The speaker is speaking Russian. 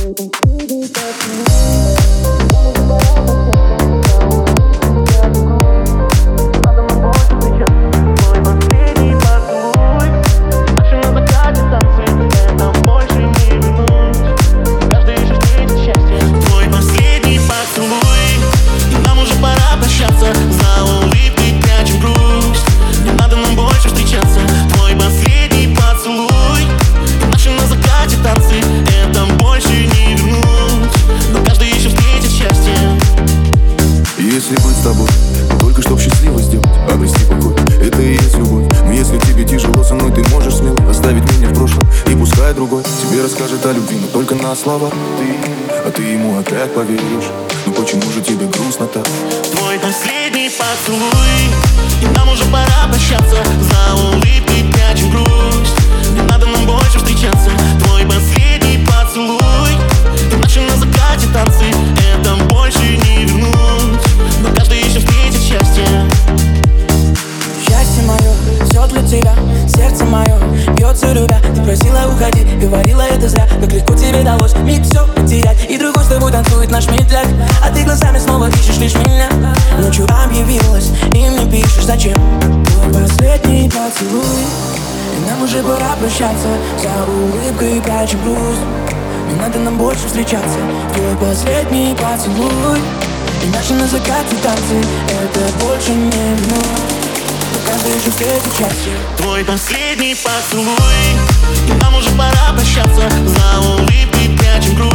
Если быть с тобой, только чтоб счастливо сделать, обрести покой, это и есть любовь. Но если тебе тяжело со мной, ты можешь смело оставить меня в прошлом, и пускай другой тебе расскажет о любви, но только на слова. Ты ему опять поверишь. Ну почему же тебе грустно так? Твой последний поцелуй, и нам уже пора прощаться. За улыбкой прячем грусть, не надо нам больше встречаться. Твой последний поцелуй, и наши на закате танцы, это больше не вернуть, но каждый еще встретит счастье. Счастье мое, все для тебя, сердце мое бьется любя. Ты просила уходить, говорила это зря. Как легко тебе далось миг все потерять, и другой с тобой танцует наш медляк. А ты глазами снова ищешь лишь меня. Ночью объявилась и мне пишешь зачем. Твой последний поцелуй, и нам уже пора прощаться. За улыбкой прячем грусть, не надо нам больше встречаться. Твой последний поцелуй, и наши на закате танцы, это больше не вернуть, каждый же встретит счастье. Твой последний поцелуй, и нам уже пора прощаться. За улыбкой прячем грусть.